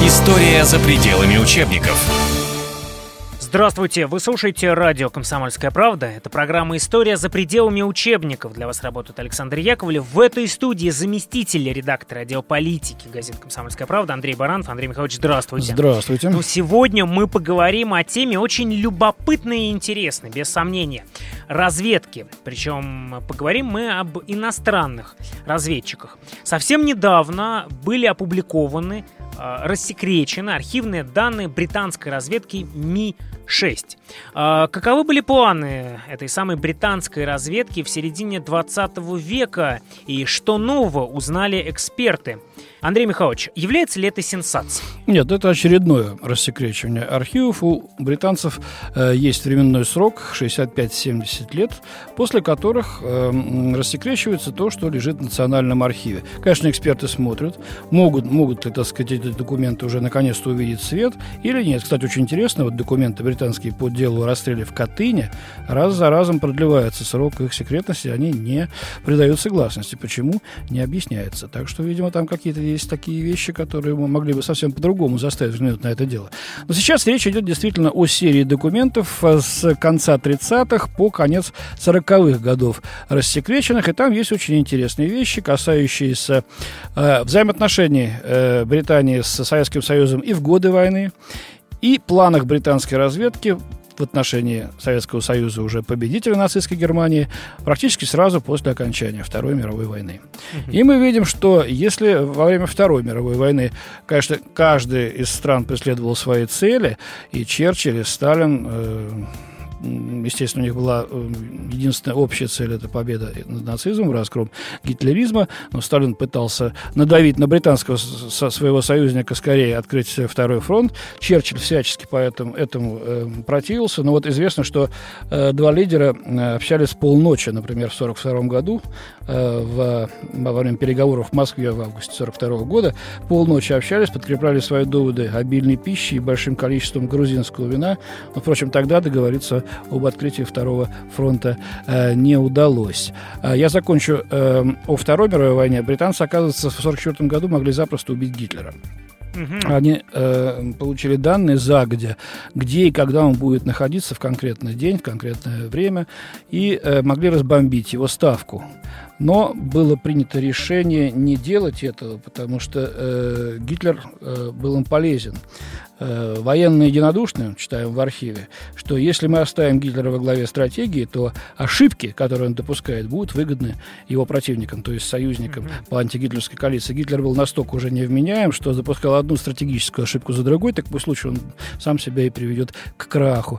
История за пределами учебников. Здравствуйте, вы слушаете радио «Комсомольская правда». Это программа «История за пределами учебников». Для вас работает Александр Яковлев. В этой студии заместитель редактора отдела политики газеты «Комсомольская правда» Андрей Баранов. Андрей Михайлович, здравствуйте. Здравствуйте. Сегодня мы поговорим о теме очень любопытной и интересной, без сомнения. Разведки. Причем поговорим мы об иностранных разведчиках. Совсем недавно были опубликованы, рассекречены архивные данные британской разведки Ми-6. Каковы были планы этой самой британской разведки в середине 20 века и что нового узнали эксперты? Андрей Михайлович, является ли это сенсацией? Нет, это очередное рассекречивание архивов. У британцев есть временной срок 65-70 лет, после которых рассекречивается то, что лежит в Национальном архиве. Конечно, эксперты смотрят, могут ли, так сказать, эти документы уже наконец-то увидеть свет или нет. Кстати, очень интересно, вот документы британские по делу о расстреле в Катыни, раз за разом продлевается срок их секретности, они не придаются гласности. Почему? Не объясняется. Так что, видимо, там какие-то есть такие вещи, которые мы могли бы совсем по-другому заставить взглянуть на это дело. Но сейчас речь идет действительно о серии документов с конца 30-х по конец 40-х годов рассекреченных, и там есть очень интересные вещи, касающиеся взаимоотношений Британии с Советским Союзом и в годы войны, и планах британской разведки в отношении Советского Союза, уже победителя нацистской Германии, практически сразу после окончания Второй мировой войны. И мы видим, что если во время Второй мировой войны, конечно, каждая из стран преследовала свои цели, и Черчилль, и Сталин, естественно, у них была единственная общая цель — это победа над нацизмом, разгром гитлеризма, но Сталин пытался надавить на британского своего союзника скорее открыть Второй фронт. Черчилль всячески поэтому этому противился, но вот известно, что два лидера общались полночи, например, в 1942 году, во время переговоров в Москве в августе 1942 года, полночи общались, подкрепляли свои доводы обильной пищей и большим количеством грузинского вина, но, впрочем, тогда договориться об открытии Второго фронта не удалось. Я закончу о Второй мировой войне. Британцы, оказывается, в 1944 году могли запросто убить Гитлера. Они получили данные загодя, где и когда он будет находиться в конкретный день, в конкретное время, и могли разбомбить его ставку. Но было принято решение не делать этого, потому что Гитлер был им полезен. Военные единодушны, читаем в архиве, что если мы оставим Гитлера во главе стратегии, то ошибки, которые он допускает, будут выгодны его противникам, то есть союзникам по антигитлеровской коалиции. Гитлер был настолько уже невменяем, что допускал одну стратегическую ошибку за другой, так пусть лучше он сам себя и приведет к краху.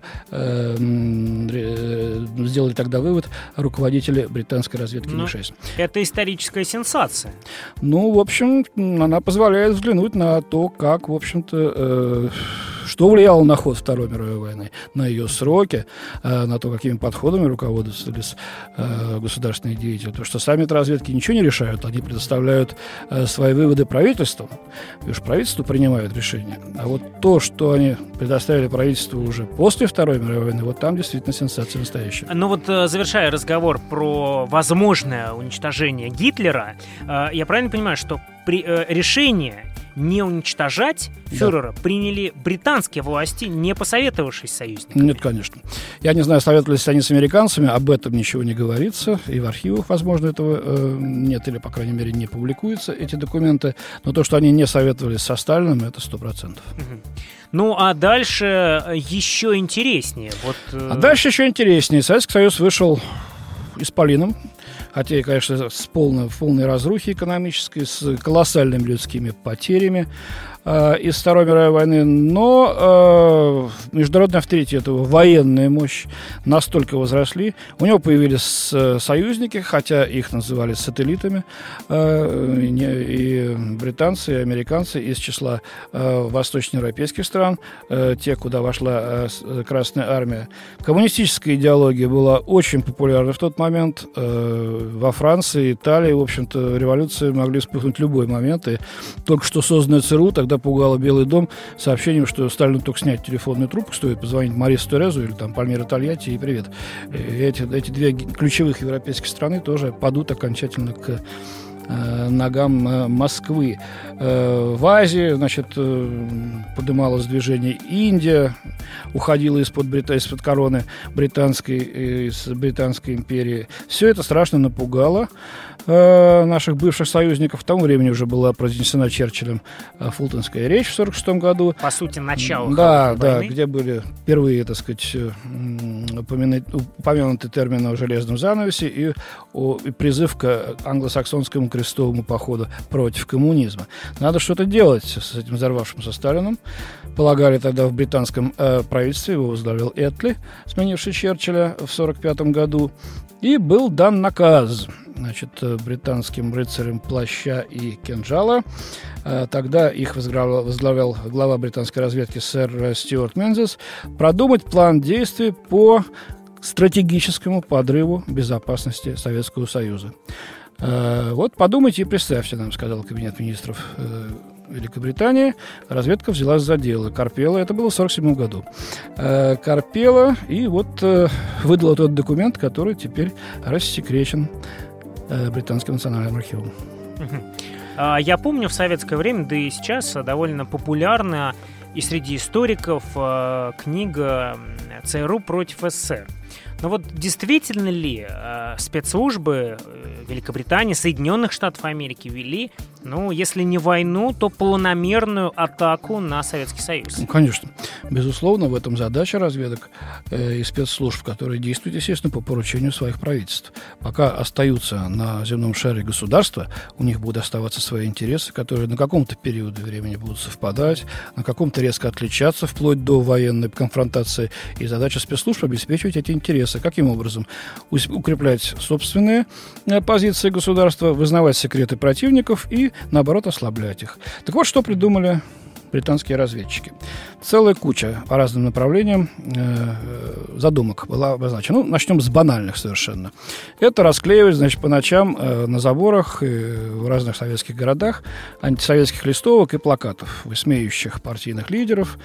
Сделали тогда вывод руководители британской разведки Ми-6. Это историческая сенсация. Ну, в общем, она позволяет взглянуть на то, как, в общем-то, что влияло на ход Второй мировой войны, на ее сроки, на то, какими подходами руководствовались государственные деятели. Потому что сами разведки ничего не решают, они предоставляют свои выводы правительству, и уж правительство принимает решения. А вот то, что они предоставили правительству уже после Второй мировой войны, вот там действительно сенсация настоящая. Ну вот, завершая разговор про возможное уничтожение Гитлера, я правильно понимаю, что решение не уничтожать фюрера приняли британские власти, не посоветовавшись с союзниками? Нет, конечно. Я не знаю, советовались они с американцами, об этом ничего не говорится, и в архивах, возможно, этого нет, или, по крайней мере, не публикуются эти документы, но то, что они не советовались со Сталиным, это 100%. Ну, а дальше еще интереснее. А дальше еще интереснее. Советский Союз вышел исполином, хотя и, конечно, в полной разрухе экономической, с колоссальными людскими потерями из Второй мировой войны, но международный авторитет, его военная мощь настолько возросли, у него появились союзники, хотя их называли сателлитами, и британцы, и американцы из числа восточноевропейских стран, те, куда вошла Красная армия. Коммунистическая идеология была очень популярна в тот момент. Во Франции, Италии, в общем-то, революции могли вспыхнуть в любой момент, и только что созданная ЦРУ тогда пугала Белый дом сообщением, что Сталину только снять телефонную трубку стоит, позвонить Марису Терезу или там Пальмиро Тольятти, и привет. И эти две ключевых европейских страны тоже падут окончательно к ногам Москвы. В Азии, значит, поднималось движение Индия, уходила из-под короны британской, из Британской империи. Все это страшно напугало наших бывших союзников. В тому времени уже была произнесена Черчиллем Фултонская речь в 1946 году. По сути, начало войны. Где были впервые, так сказать, упомянуты термины о железном занавесе и призыв к англосаксонскому крестовому походу против коммунизма. Надо что-то делать с этим взорвавшимся Сталином. Полагали тогда в британском правительстве, его возглавил Этли, сменивший Черчилля в 1945 году. И был дан наказ, значит, британским рыцарям плаща и кинжала. Тогда их возглавлял глава британской разведки сэр Стюарт Мензес, продумать план действий по стратегическому подрыву безопасности Советского Союза. Вот подумайте и представьте нам, сказал Кабинет министров Великобритании. Разведка взялась за дело. Корпела, это было в 1947 году. Корпела и вот выдала тот документ, который теперь рассекречен Британским национальным архивом. Я помню, в советское время, да и сейчас довольно популярна и среди историков книга ЦРУ против СССР. Но вот действительно ли спецслужбы Великобритании, Соединенных Штатов Америки вели, ну, если не войну, то планомерную атаку на Советский Союз? Ну, конечно. Безусловно, в этом задача разведок и спецслужб, которые действуют, естественно, по поручению своих правительств. Пока остаются на земном шаре государства, у них будут оставаться свои интересы, которые на каком-то периоде времени будут совпадать, на каком-то резко отличаться, вплоть до военной конфронтации. И задача спецслужб обеспечивать эти интересы. Каким образом? Укреплять собственные позиции государства, вызнавать секреты противников и, наоборот, ослаблять их. Так вот, что придумали британские разведчики. Целая куча по разным направлениям задумок была обозначена. Ну, начнем с банальных совершенно. Это расклеивать, значит, по ночам на заборах в разных советских городах антисоветских листовок и плакатов, высмеивающих партийных лидеров,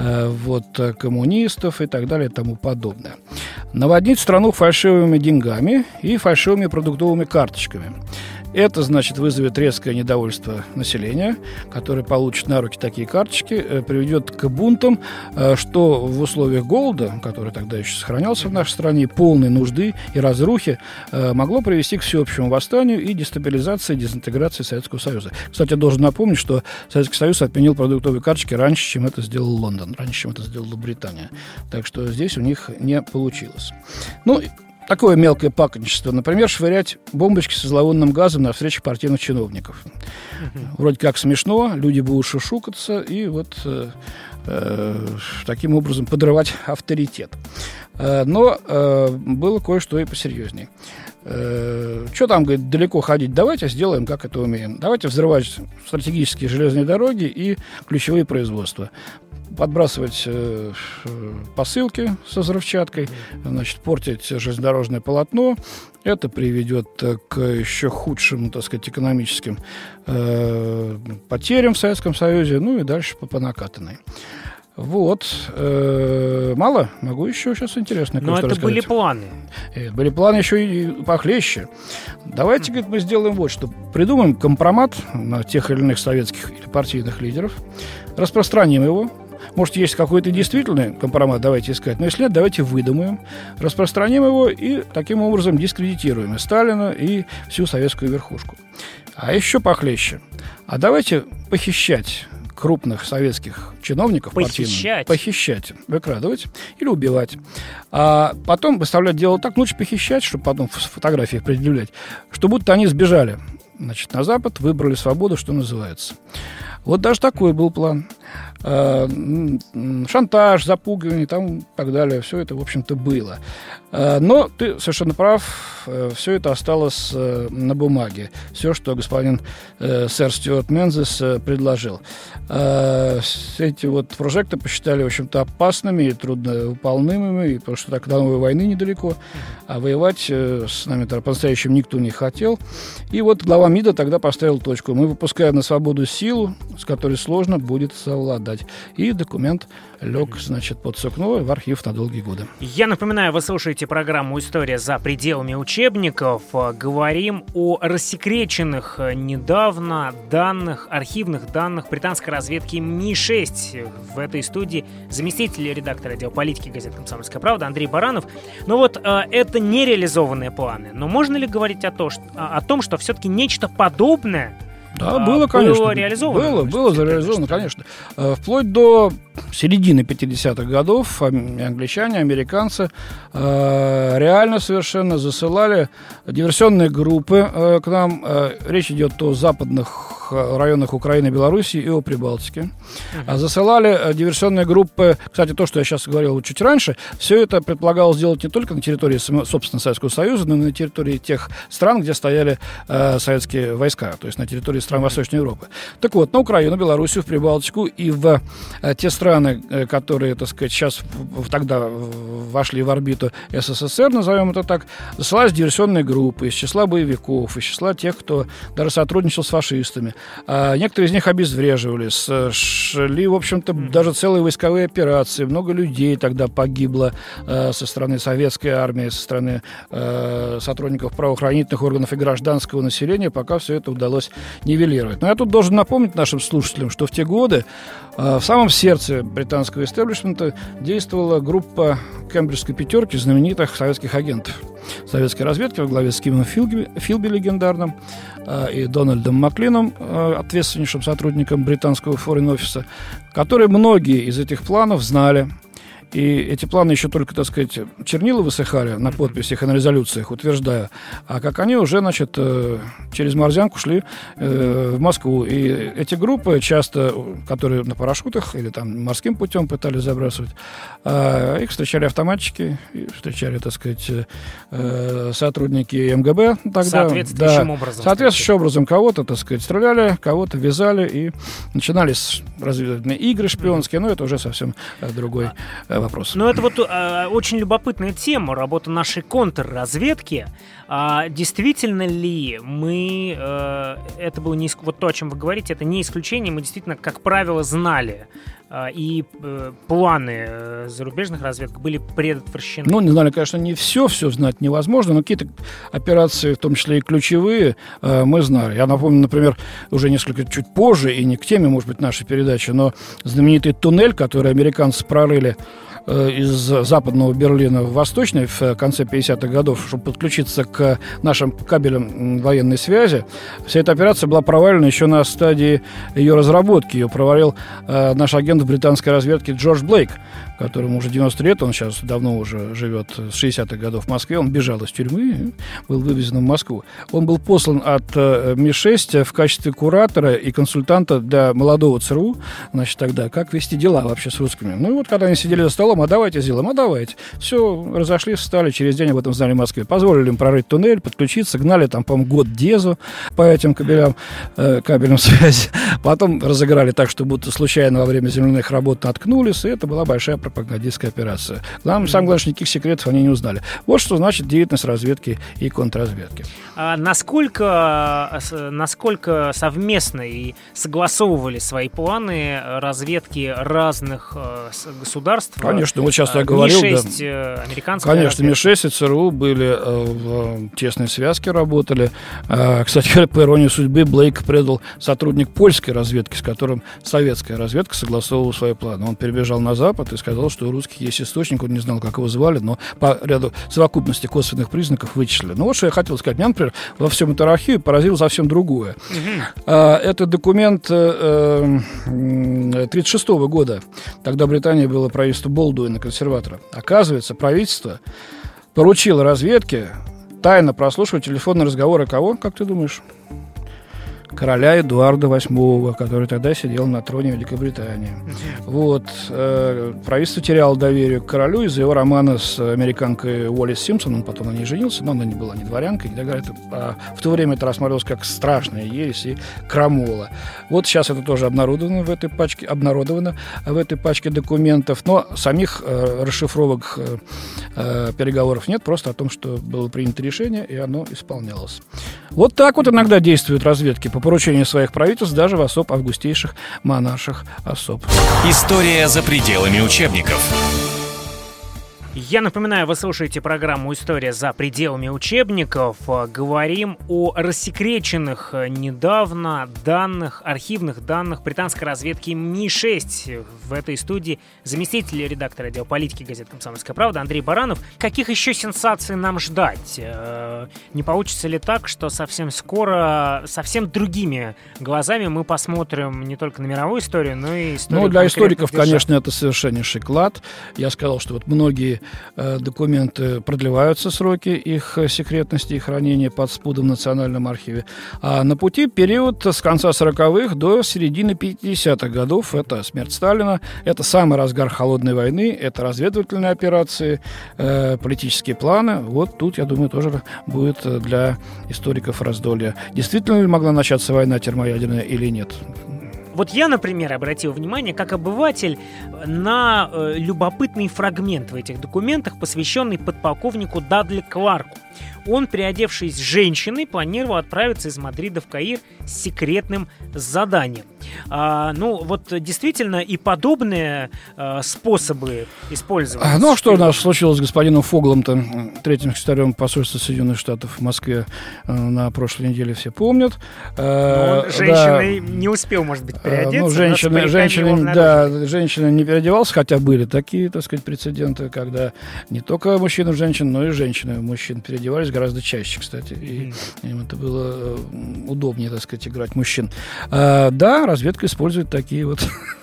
коммунистов и так далее и тому подобное. Наводнить страну фальшивыми деньгами и фальшивыми продуктовыми карточками. Это, значит, вызовет резкое недовольство населения, которое получит на руки такие карточки, приведет к бунтам, что в условиях голода, который тогда еще сохранялся в нашей стране, полной нужды и разрухи, могло привести к всеобщему восстанию и дестабилизации, дезинтеграции Советского Союза. Кстати, я должен напомнить, что Советский Союз отменил продуктовые карточки раньше, чем это сделал Лондон, раньше, чем это сделала Британия. Так что здесь у них не получилось. Ну, такое мелкое пакостничество. Например, швырять бомбочки со зловонным газом на встречах партийных чиновников. Вроде как смешно, люди будут шушукаться и вот таким образом подрывать авторитет. Но было кое-что и посерьезнее. Что там, говорит, далеко ходить? Давайте сделаем, как это умеем. Давайте взрывать стратегические железные дороги и ключевые производства. Подбрасывать посылки со взрывчаткой, значит, портить железнодорожное полотно. Это приведет к еще худшим, так сказать, экономическим потерям в Советском Союзе, ну и дальше по накатанной. Вот. Мало? Могу еще сейчас интересно кое-что рассказать. Но это были планы. Были планы еще и похлеще. Давайте, говорит, мы сделаем вот что. Придумаем компромат на тех или иных советских или партийных лидеров, распространим его. Может, есть какой-то действительный компромат, давайте искать. Но если нет, давайте выдумаем, распространим его и таким образом дискредитируем и Сталина, и всю советскую верхушку. А еще похлеще. А давайте похищать крупных советских чиновников похищать, выкрадывать или убивать. А потом выставлять дело так, лучше похищать, чтобы потом фотографии предъявлять, что будто они сбежали, значит, на Запад, выбрали свободу, что называется. Вот даже такой был план. Шантаж, запугивание там, и так далее. Все это, в общем-то, было. Но ты совершенно прав. Все это осталось на бумаге. Все, что господин сэр Стюарт Мензес предложил. Эти вот прожекты посчитали, в общем-то, опасными и трудновыполнимыми, потому что так до новой войны недалеко. А воевать с нами по-настоящему никто не хотел. И вот глава МИДа тогда поставил точку. Мы выпускаем на свободу силу, с которой сложно будет совладать. И документ лег, значит, под сукно в архив на долгие годы. Я напоминаю, вы слушаете слушаете программу «История за пределами учебников». Говорим о рассекреченных недавно архивных данных британской разведки Ми-6. В этой студии заместитель редактора отдела политики газеты «Комсомольская правда» Андрей Баранов. Но вот это нереализованные планы. Но можно ли говорить о том, что все-таки нечто подобное было, конечно. Было реализовано? Было зареализовано, конечно. Вплоть до середины 50-х годов англичане, американцы реально совершенно засылали диверсионные группы к нам. Речь идет о западных районах Украины и Белоруссии и о Прибалтике. Засылали диверсионные группы. Кстати, то, что я сейчас говорил чуть раньше, все это предполагалось сделать не только на территории, собственно, Советского Союза, но и на территории тех стран, где стояли советские войска, то есть на территории стран Восточной Европы. Так вот, на Украину, Белоруссию, в Прибалтику и в те страны, которые, так сказать, сейчас тогда вошли в орбиту СССР, назовем это так, засылались диверсионные группы из числа боевиков, из числа тех, кто даже сотрудничал с фашистами. Некоторые из них обезвреживались, шли, в общем-то, даже целые войсковые операции. Много людей тогда погибло со стороны советской армии, со стороны сотрудников правоохранительных органов и гражданского населения, пока все это удалось нивелировать. Но я тут должен напомнить нашим слушателям, что в те годы в самом сердце британского истеблишмента действовала группа Кембриджской пятерки знаменитых советских агентов советской разведки во главе с Кимом Филби легендарным и Дональдом Маклином, ответственнейшим сотрудником британского форин-офиса, которые многие из этих планов знали. И эти планы еще только, так сказать, чернила высыхали на подписях и на резолюциях, утверждая, а как они уже, значит, через морзянку шли в Москву. И эти группы часто, которые на парашютах или там морским путем пытались забрасывать, их встречали автоматчики, встречали, так сказать, сотрудники МГБ тогда. Соответствующим образом. Соответствующим образом кого-то, так сказать, стреляли, кого-то вязали, и начинались разведывательные игры шпионские, но это уже совсем другой вопрос. Ну, это вот очень любопытная тема, работа нашей контрразведки. Действительно ли мы, это было не вот то, о чем вы говорите, это не исключение, мы действительно, как правило, знали, и планы зарубежных разведок были предотвращены? Ну, не знали, конечно, не все знать невозможно, но какие-то операции, в том числе и ключевые, мы знали. Я напомню, например, уже несколько чуть позже, и не к теме, может быть, нашей передачи, но знаменитый туннель, который американцы прорыли из западного Берлина в восточный в конце 50-х годов, чтобы подключиться к нашим кабелям военной связи. Вся эта операция была провалена еще на стадии ее разработки. Ее провалил наш агент в британской разведке Джордж Блейк, которому уже 90 лет, он сейчас давно уже живет с 60-х годов в Москве. Он бежал из тюрьмы, был вывезен в Москву. Он был послан от Ми-6 в качестве куратора и консультанта для молодого ЦРУ, значит, тогда, как вести дела вообще с русскими. Ну и вот, когда они сидели за столом, давайте сделаем, давайте. Все, разошлись, встали, через день об этом знали в Москве. Позволили им прорыть туннель, подключиться, гнали там, по-моему, год Дезу по этим кабелям связи. Потом разыграли так, что будто случайно во время земляных работ наткнулись, и это была большая пропагандистская операция. Самое главное, что никаких секретов они не узнали. Вот что значит деятельность разведки и контрразведки. Насколько совместно и согласовывали свои планы разведки разных госуверств? Конечно, вот сейчас я говорил, Ми-6, американская конечно, Ми-6 и ЦРУ были в тесной связке, работали. Кстати, по иронии судьбы, Блейк предал сотрудник польской разведки, с которым советская разведка согласовывала свои планы. Он перебежал на Запад и сказал, что у русских есть источник, он не знал, как его звали, но по ряду совокупности косвенных признаков вычислили. Ну вот что я хотел сказать. Меня, например, во всем этом архиве поразило совсем другое. Это документ 1936 года. Тогда Британия была правительство Болдуина, консерватора. Оказывается, правительство поручило разведке тайно прослушивать телефонные разговоры кого, как ты думаешь? Короля Эдуарда VIII, который тогда сидел на троне Великобритании. Вот. Правительство теряло доверие к королю из-за его романа с американкой Уоллес Симпсон. Он потом на ней женился, но она не была ни дворянкой, ни такая. В то время это рассматривалось как страшная ересь и крамола. Вот сейчас это тоже обнародовано в этой пачке документов, но самих расшифровок переговоров нет, просто о том, что было принято решение, и оно исполнялось. Вот так вот иногда действуют разведки по поручению своих правительств, даже в особ августейших монарших особ. История за пределами учебников. Я напоминаю, вы слушаете программу «История за пределами учебников». Говорим о рассекреченных недавно архивных данных британской разведки Ми-6. В этой студии заместитель редактора отдела политики газеты «Комсомольская правда» Андрей Баранов. Каких еще сенсаций нам ждать? Не получится ли так, что совсем скоро, совсем другими глазами мы посмотрим не только на мировую историю, но и историю? Ну, для историков, конечно, это совершеннейший клад. Я сказал, что вот многие документы продлеваются, сроки их секретности и хранения под спудом в Национальном архиве. А на пути период с конца 40-х до середины 50-х годов. Это смерть Сталина, это самый разгар холодной войны, это разведывательные операции, политические планы. Вот тут, я думаю, тоже будет для историков раздолье. Действительно ли могла начаться война термоядерная или нет? Вот я, например, обратил внимание, как обыватель, на любопытный фрагмент в этих документах, посвященный подполковнику Дадли Кларку. Он, переодевшись женщиной, планировал отправиться из Мадрида в Каир с секретным заданием. Вот действительно и подобные способы использовать. Ну, а что у нас случилось с господином Фоглом-то, третьим секретарем посольства Соединенных Штатов в Москве на прошлой неделе, все помнят. Но он женщиной не успел, может быть, переодеться. Женщина не переодевался, хотя были такие, так сказать, прецеденты, когда не только мужчины в женщин, но и женщины в мужчин переодевались гораздо чаще, кстати. И им это было удобнее, так сказать, играть мужчин. Да, разведка использует такие вот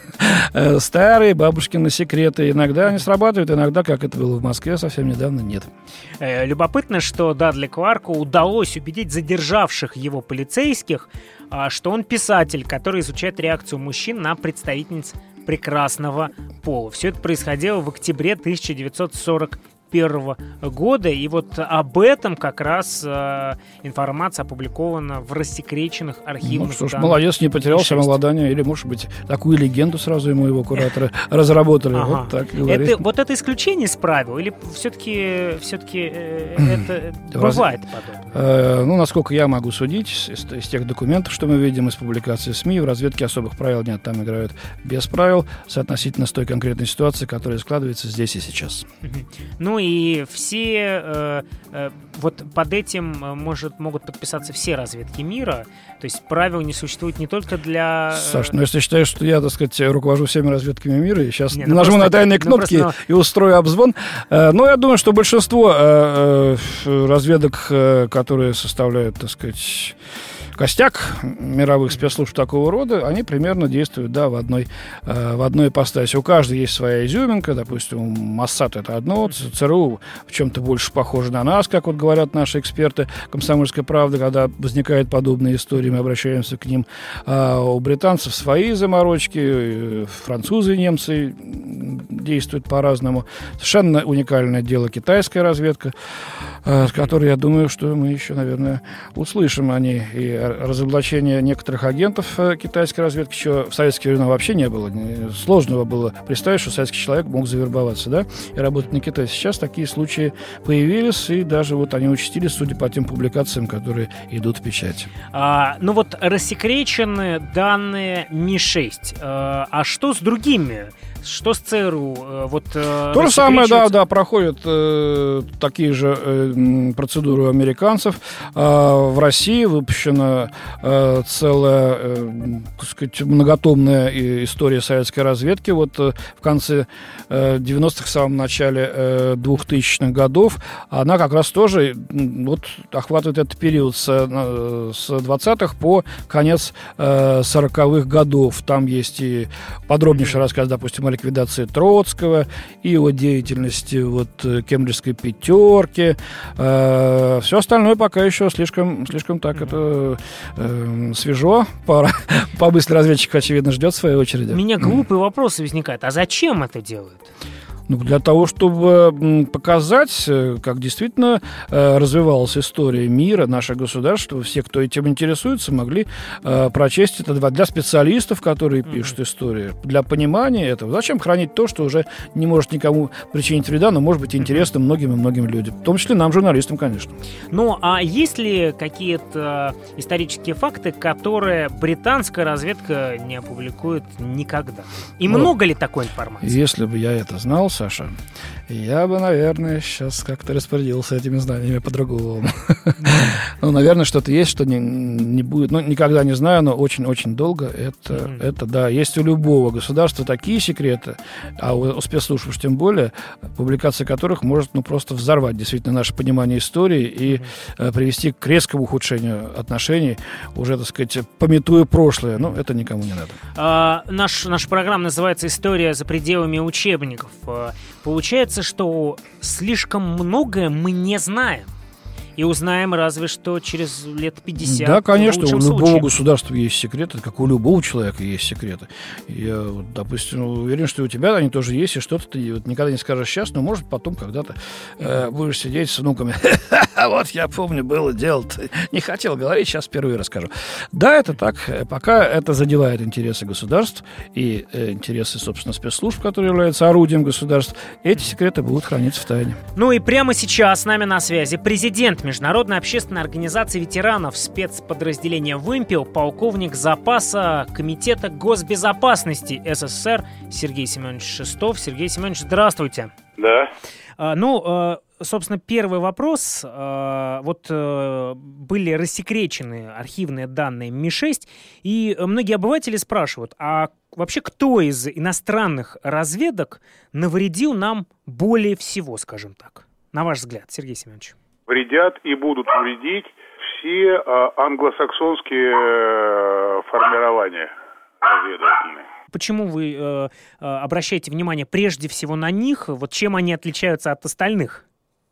старые бабушкины секреты. Иногда они срабатывают, иногда, как это было в Москве совсем недавно, нет. Любопытно, что Дадли Кларку удалось убедить задержавших его полицейских, что он писатель, который изучает реакцию мужчин на представительниц прекрасного пола. Все это происходило в октябре 1941 года, и вот об этом как раз информация опубликована в рассекреченных архивных данных. Ну что ж, молодец, не потерял самообладание, или, может быть, такую легенду сразу ему его кураторы разработали. Ага. Вот так говорит. Это исключение из правил, или все-таки это бывает подобное? Ну, насколько я могу судить, из тех документов, что мы видим, из публикаций СМИ, в разведке особых правил нет, там играют без правил, соотносительно с той конкретной ситуации, которая складывается здесь и сейчас. Ну и все вот под этим могут подписаться все разведки мира. То есть правил не существует не только для... Саш, если считаешь, что я, так сказать, руковожу всеми разведками мира, и сейчас нажму на тайные кнопки и устрою обзвон. Но я думаю, что большинство разведок, которые составляют, так сказать, костяк мировых спецслужб такого рода, они примерно действуют, да, в одной ипостаси. У каждой есть своя изюминка, допустим, Моссад — это одно, ЦРУ в чем-то больше похоже на нас, как вот говорят наши эксперты «Комсомольской правды», когда возникают подобные истории, мы обращаемся к ним. А у британцев свои заморочки, французы и немцы действуют по-разному. Совершенно уникальное дело китайская разведка, с которой, я думаю, что мы еще, наверное, услышим о ней. И разоблачение некоторых агентов китайской разведки, чего в советские времена вообще не было. Сложно было представить, что советский человек мог завербоваться, да, и работать на Китай. Сейчас такие случаи появились, и даже вот они участились, судя по тем публикациям, которые идут в печать. Ну вот рассекречены данные Ми-6. А что с другими? Что с ЦРУ? То же самое, да, проходят такие же процедуры у американцев. В России выпущена целая, так сказать, многотомная история советской разведки. Вот в конце 90-х, в самом начале 2000-х годов, она как раз тоже вот охватывает этот период с 20-х по конец 40-х годов. Там есть и подробнейший рассказ, допустим, о ликвидации Троцкого и его деятельности вот кембриджской пятерки. Все остальное пока еще слишком так это свежо. Побыстрее разведчик, очевидно, ждет своей очереди. У меня глупые вопросы возникают. А зачем это делают? Ну, для того, чтобы показать, как действительно развивалась история мира, наше государство, все, кто этим интересуется, могли прочесть это для специалистов, которые пишут историю, для понимания этого. Зачем хранить то, что уже не может никому причинить вреда, но может быть интересно многим и многим людям, в том числе нам, журналистам, конечно. Ну, а есть ли какие-то исторические факты, которые британская разведка не опубликует никогда? И много ли такой информации? Если бы я это знал, Саша, Я бы, наверное, сейчас как-то распорядился этими знаниями по-другому. Ну, наверное, что-то есть, что не будет. Ну, никогда не знаю, но очень-очень долго. Это да. Есть у любого государства такие секреты, а у спецслужб уж тем более, публикация которых может просто взорвать действительно наше понимание истории и привести к резкому ухудшению отношений, уже, так сказать, памятуя прошлое. Ну, это никому не надо. Наша программа называется «История за пределами учебников». Получается, что слишком многое мы не знаем. И узнаем разве что через лет 50. Да, конечно, у любого случае. государства есть секреты, как у любого человека есть секреты. Я, допустим, уверен, что у тебя они тоже есть, и что-то ты никогда не скажешь сейчас, но, может, потом когда-то будешь сидеть с внуками. Вот я помню, было дело. Не хотел говорить, сейчас впервые расскажу. Да, это так. Пока это задевает интересы государств и интересы, собственно, спецслужб, которые являются орудием государств, эти секреты будут храниться в тайне. Ну и прямо сейчас с нами на связи президент Международной общественной организации ветеранов спецподразделения «Вымпел», полковник запаса Комитета госбезопасности СССР Сергей Семенович Шестов. Сергей Семенович, здравствуйте. Да. Собственно, первый вопрос. Были рассекречены архивные данные Ми-6, и многие обыватели спрашивают, а вообще кто из иностранных разведок навредил нам более всего, скажем так? На ваш взгляд, Сергей Семенович. Вредят и будут вредить все англосаксонские формирования разведывательные. Почему вы обращаете внимание прежде всего на них? Вот чем они отличаются от остальных?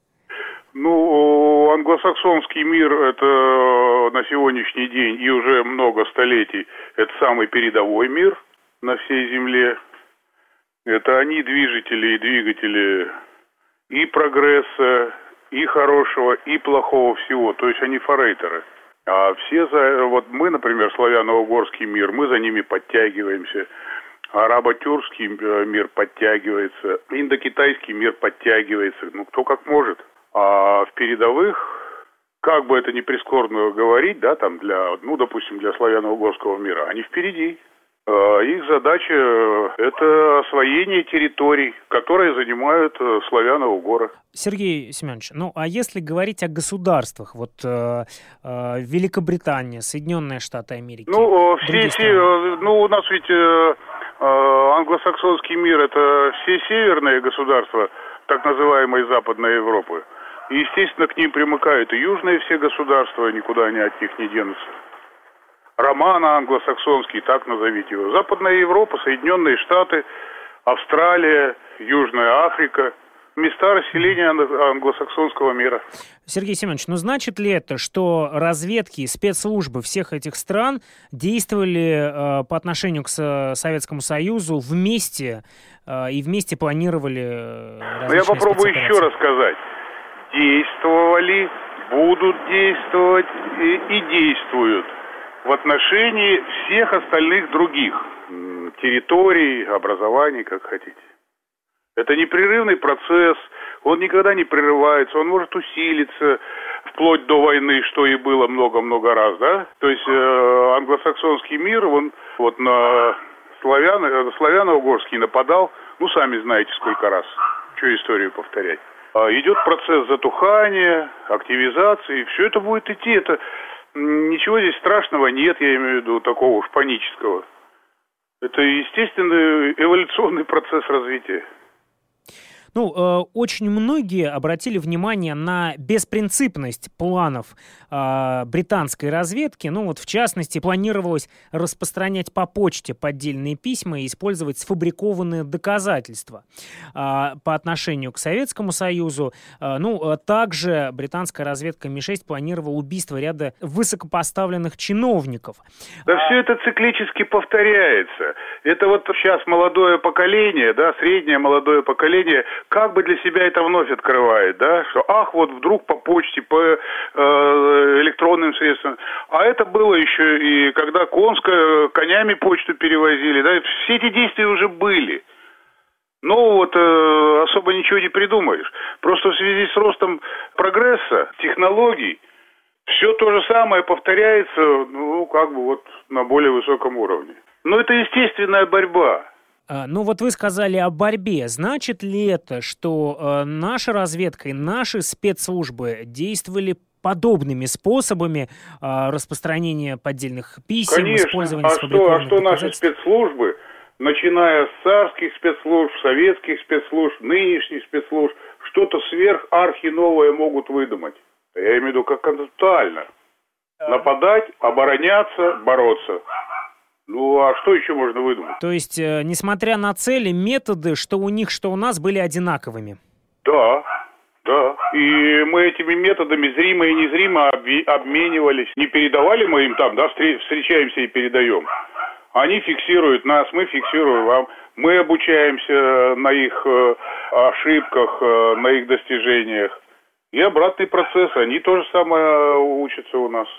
Ну, англосаксонский мир – это на сегодняшний день и уже много столетий это самый передовой мир на всей Земле. Это они движители и двигатели и прогресса, и хорошего, и плохого всего. То есть они форейтеры. А вот мы, например, славяно-угорский мир, мы за ними подтягиваемся. Арабо-тюркский мир подтягивается. Индокитайский мир подтягивается. Ну, кто как может. А в передовых, как бы это ни прискорбно говорить, да, там допустим, для славяно-угорского мира, они впереди. Их задача – это освоение территорий, которые занимают славяно-угоры. Сергей Семенович, а если говорить о государствах, Великобритания, Соединенные Штаты Америки? У нас ведь англосаксонский мир – это все северные государства, так называемой Западной Европы. И, естественно, к ним примыкают и южные все государства, никуда они от них не денутся. Романо-англосаксонский, так назовите его. Западная Европа, Соединенные Штаты, Австралия, Южная Африка. Места расселения англосаксонского мира. Сергей Семенович, значит ли это, что разведки и спецслужбы всех этих стран действовали по отношению к Советскому Союзу вместе и вместе планировали различные Я попробую еще раз сказать. Действовали, будут действовать и действуют в отношении всех остальных других территорий, образований, как хотите. Это непрерывный процесс, он никогда не прерывается, он может усилиться вплоть до войны, что и было много-много раз, да? То есть англосаксонский мир, он на славяно-угорский нападал, сами знаете сколько раз, что историю повторять. Идет процесс затухания, активизации, все это будет идти, это ничего здесь страшного нет, я имею в виду такого уж панического. Это естественный эволюционный процесс развития. Очень многие обратили внимание на беспринципность планов британской разведки. В частности, планировалось распространять по почте поддельные письма и использовать сфабрикованные доказательства по отношению к Советскому Союзу. Также британская разведка Ми-6 планировала убийство ряда высокопоставленных чиновников. Да все это циклически повторяется. Это сейчас молодое поколение, да, среднее молодое поколение, как бы для себя это вновь открывает, да, что вдруг по почте, по электронным средствам. А это было еще и когда конями почту перевозили, да, все эти действия уже были. Особо ничего не придумаешь. Просто в связи с ростом прогресса, технологий, все то же самое повторяется, на более высоком уровне. Это естественная борьба. Ну вот вы сказали о борьбе. Значит ли это, что наша разведка и наши спецслужбы действовали подобными способами распространения поддельных писем, Конечно. использования сфабрикованных что наши доказательств? спецслужбы, начиная с царских спецслужб, советских спецслужб, нынешних спецслужб, что-то сверх-архи-новое могут выдумать. Я имею в виду как концептуально. Нападать, обороняться, бороться. Ну, а что еще можно выдумать? То есть, несмотря на цели, методы, что у них, что у нас, были одинаковыми? Да. И мы этими методами зримо и незримо обменивались. Не передавали мы им там, да, встречаемся и передаем. Они фиксируют нас, мы фиксируем вам. Мы обучаемся на их ошибках, на их достижениях. И обратный процесс. Они то же самое учатся у нас.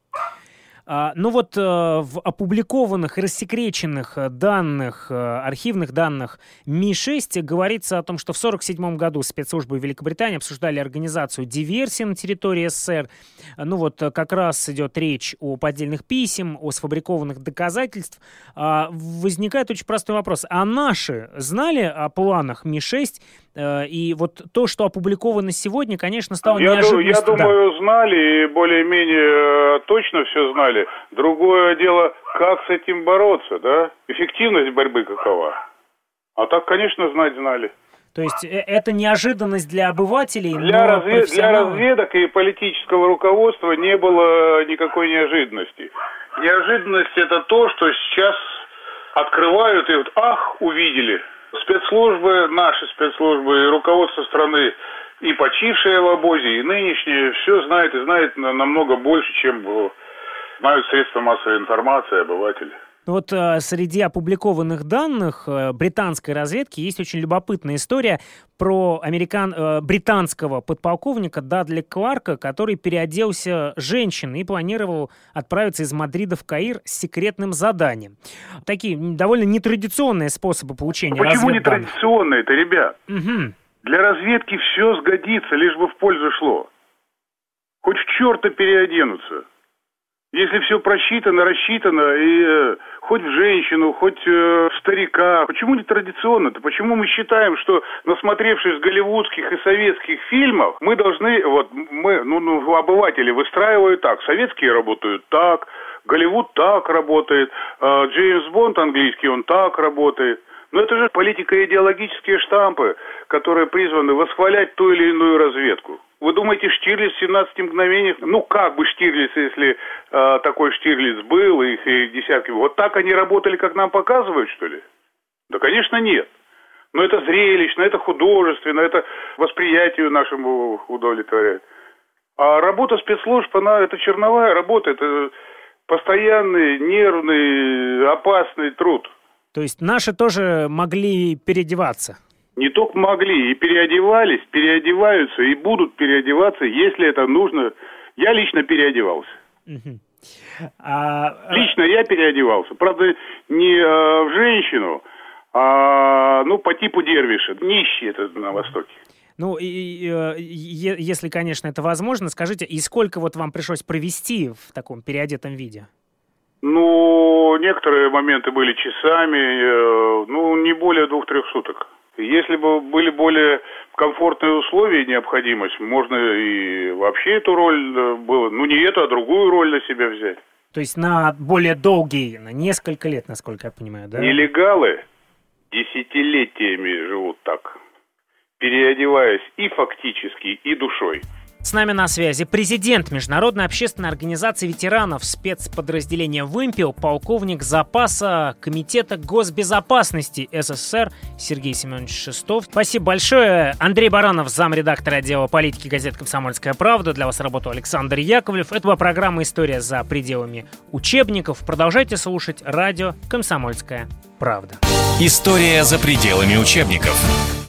Ну вот в опубликованных, рассекреченных данных, архивных данных Ми-6 говорится о том, что в 1947 году спецслужбы Великобритании обсуждали организацию диверсии на территории СССР. Ну вот как раз идет речь о поддельных писем, о сфабрикованных доказательств. Возникает очень простой вопрос. А наши знали о планах Ми-6? И вот то, что опубликовано сегодня, конечно, стало неожиданностью. Я думаю, знали и более-менее точно все знали. Другое дело, как с этим бороться, да? Эффективность борьбы какова? А так, конечно, знать знали. То есть это неожиданность для обывателей, для разведок и политического руководства не было никакой неожиданности. Неожиданность — это то, что сейчас открывают и вот, увидели. Спецслужбы, наши спецслужбы и руководство страны, и почившие в обозе, и нынешние, все знают и знают намного больше, чем знают средства массовой информации, обыватели. Вот среди опубликованных данных британской разведки есть очень любопытная история про британского подполковника Дадли Кларка, который переоделся женщиной и планировал отправиться из Мадрида в Каир с секретным заданием. Такие довольно нетрадиционные способы получения разведданных. Почему нетрадиционные-то, ребят? Угу. Для разведки все сгодится, лишь бы в пользу шло. Хоть в черта переоденутся. Если все просчитано, рассчитано, и хоть в женщину, хоть в старика. Почему не традиционно-то? Почему мы считаем, что, насмотревшись голливудских и советских фильмов, мы должны, обыватели выстраивают так, советские работают так, Голливуд так работает, Джеймс Бонд английский, он так работает. Но это же политико-идеологические штампы, которые призваны восхвалять ту или иную разведку. Вы думаете, Штирлиц в 17 мгновениях, как бы Штирлиц, если такой Штирлиц был, их и десятки, вот так они работали, как нам показывают, что ли? Да, конечно, нет. Но это зрелищно, это художественно, это восприятию нашему удовлетворяет. А работа спецслужб, это черновая работа, это постоянный, нервный, опасный труд. То есть наши тоже могли переодеваться? Не только могли, и переодевались, переодеваются, и будут переодеваться, если это нужно. Я лично переодевался. Лично я переодевался. Правда, не в женщину, а по типу дервиша. Нищий это на Востоке. Если, конечно, это возможно, скажите, и сколько вам пришлось провести в таком переодетом виде? Некоторые моменты были часами, не более 2-3 суток. Если бы были более комфортные условия и необходимость, можно и вообще эту роль было, не эту, а другую роль на себя взять. То есть на более долгие, на несколько лет, насколько я понимаю, да? Нелегалы десятилетиями живут так, переодеваясь и фактически, и душой. С нами на связи президент Международной общественной организации ветеранов спецподразделения «Вымпел», полковник запаса Комитета госбезопасности СССР Сергей Семенович Шестов. Спасибо большое. Андрей Баранов, замредактора отдела политики газеты «Комсомольская правда». Для вас работал Александр Яковлев. Это была программа «История за пределами учебников». Продолжайте слушать радио «Комсомольская правда». История за пределами учебников.